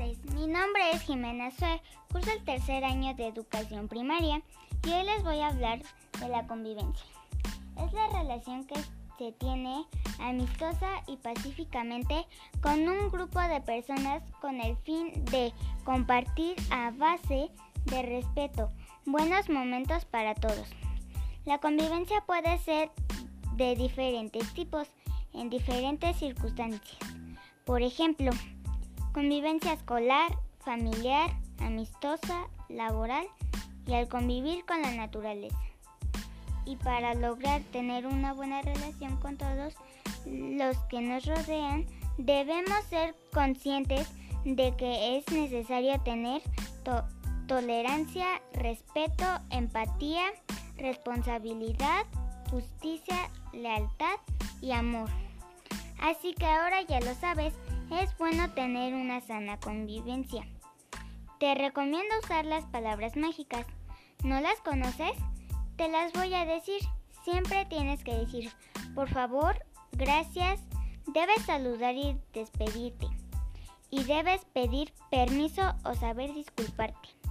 tardes, mi nombre es Jimena Sue, curso el tercer año de educación primaria y hoy les voy a hablar de la convivencia. Es la relación que se tiene amistosa y pacíficamente con un grupo de personas con el fin de compartir a base de respeto, buenos momentos para todos. La convivencia puede ser de diferentes tipos, en diferentes circunstancias. Por ejemplo, convivencia escolar, familiar, amistosa, laboral y al convivir con la naturaleza. Y para lograr tener una buena relación con todos los que nos rodean, debemos ser conscientes de que es necesario tener tolerancia, respeto, empatía, responsabilidad, justicia, lealtad y amor. Así que ahora ya lo sabes, es bueno tener una sana convivencia. Te recomiendo usar las palabras mágicas. ¿No las conoces? Te las voy a decir. Siempre tienes que decir, por favor, gracias, debes saludar y despedirte. Y debes pedir permiso o saber disculparte.